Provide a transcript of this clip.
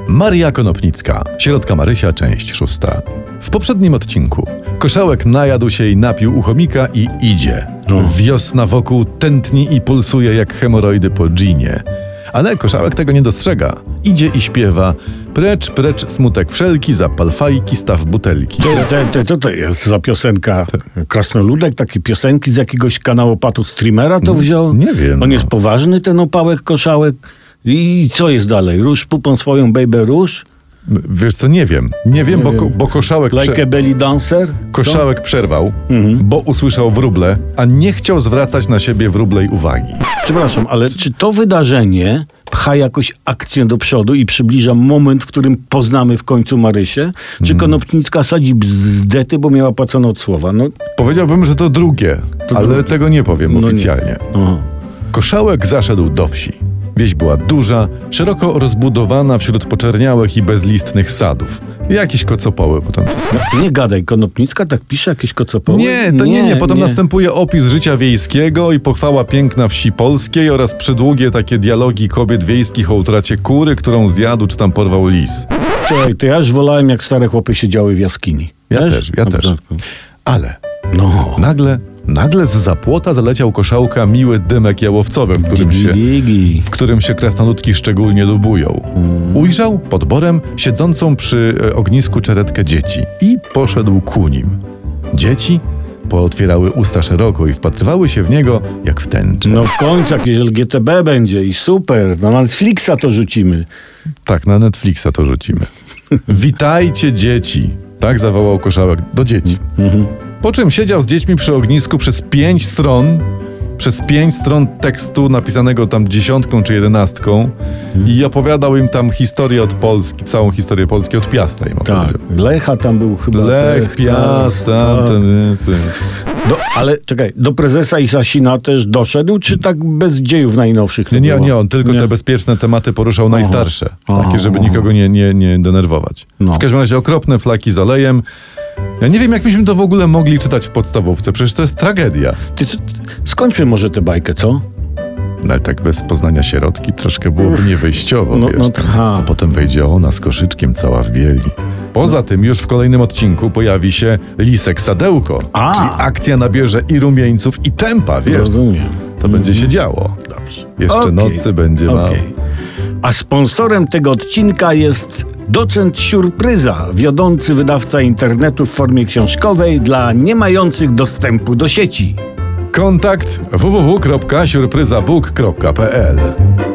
Maria Konopnicka, Sierotka Marysia, część 6. W poprzednim odcinku Koszałek najadł się i napił u chomika i idzie. Wiosna wokół tętni i pulsuje jak hemoroidy po dżinie. Ale Koszałek tego nie dostrzega. Idzie i śpiewa: precz, precz, smutek wszelki, zapal fajki, staw butelki. Co to jest za piosenka? Krasnoludek? Takie piosenki z jakiegoś kanałopatu streamera to wziął? Nie wiem. On jest poważny, ten opałek Koszałek? I co jest dalej? Róż pupą swoją, baby, róż? Wiesz co, nie wiem, bo Koszałek... Like a belly dancer? Koszałek przerwał, bo usłyszał wróble, a nie chciał zwracać na siebie wróblej uwagi. Przepraszam, ale czy to wydarzenie pcha jakoś akcję do przodu i przybliża moment, w którym poznamy w końcu Marysię? Czy Konopnicka sadzi bzdety, bo miała płacone od słowa? No, Powiedziałbym, że to drugie, ale drugie. tego nie powiem oficjalnie. Aha. Koszałek zaszedł do wsi. Wieś była duża, szeroko rozbudowana wśród poczerniałych i bezlistnych sadów. Jakieś kocopoły potem. Nie gadaj, Konopnicka tak pisze, jakieś kocopoły? Nie. Potem następuje opis życia wiejskiego i pochwała piękna wsi polskiej oraz przydługie takie dialogi kobiet wiejskich o utracie kury, którą zjadł czy tam porwał lis. Słuchaj, to ja już wolałem, jak stare chłopy siedziały w jaskini. Ja też. Ale nagle z płota zaleciał Koszałka miły dymek jałowcowy, w którym się krasnoludki szczególnie lubują. Ujrzał pod borem siedzącą przy ognisku czeretkę dzieci i poszedł ku nim. Dzieci pootwierały usta szeroko i wpatrywały się w niego jak w tęczę. No w końcu jakieś LGTB będzie i super, na Netflixa to rzucimy. Tak, na Netflixa to rzucimy. Witajcie dzieci, tak zawołał Koszałek do dzieci. Po czym siedział z dziećmi przy ognisku przez 5 stron tekstu napisanego tam 10 czy 11 i opowiadał im tam historię od Polski, całą historię Polski od Piasta im opowiedział. Tak, Lecha tam był chyba. Lech, Piast, tamten. Ale czekaj, do prezesa i Sasina też doszedł, czy tak bez dziejów najnowszych? Nie, on tylko te bezpieczne tematy poruszał najstarsze, takie, żeby nikogo nie denerwować. W każdym razie okropne flaki z olejem. Ja nie wiem, jak myśmy to w ogóle mogli czytać w podstawówce, przecież to jest tragedia. Skończmy może tę bajkę, co? No ale tak bez poznania sierotki troszkę byłoby niewyjściowo, wiesz. A potem wejdzie ona z koszyczkiem cała w bieli. Poza tym już w kolejnym odcinku pojawi się Lisek Sadełko, czyli akcja nabierze i rumieńców, i tempa, wiesz. Rozumiem. To będzie się działo. Dobrze. Jeszcze nocy będzie mało. A sponsorem tego odcinka jest Docent Siurpryza, wiodący wydawca internetu w formie książkowej dla niemających dostępu do sieci. Kontakt www.siurpryzabook.pl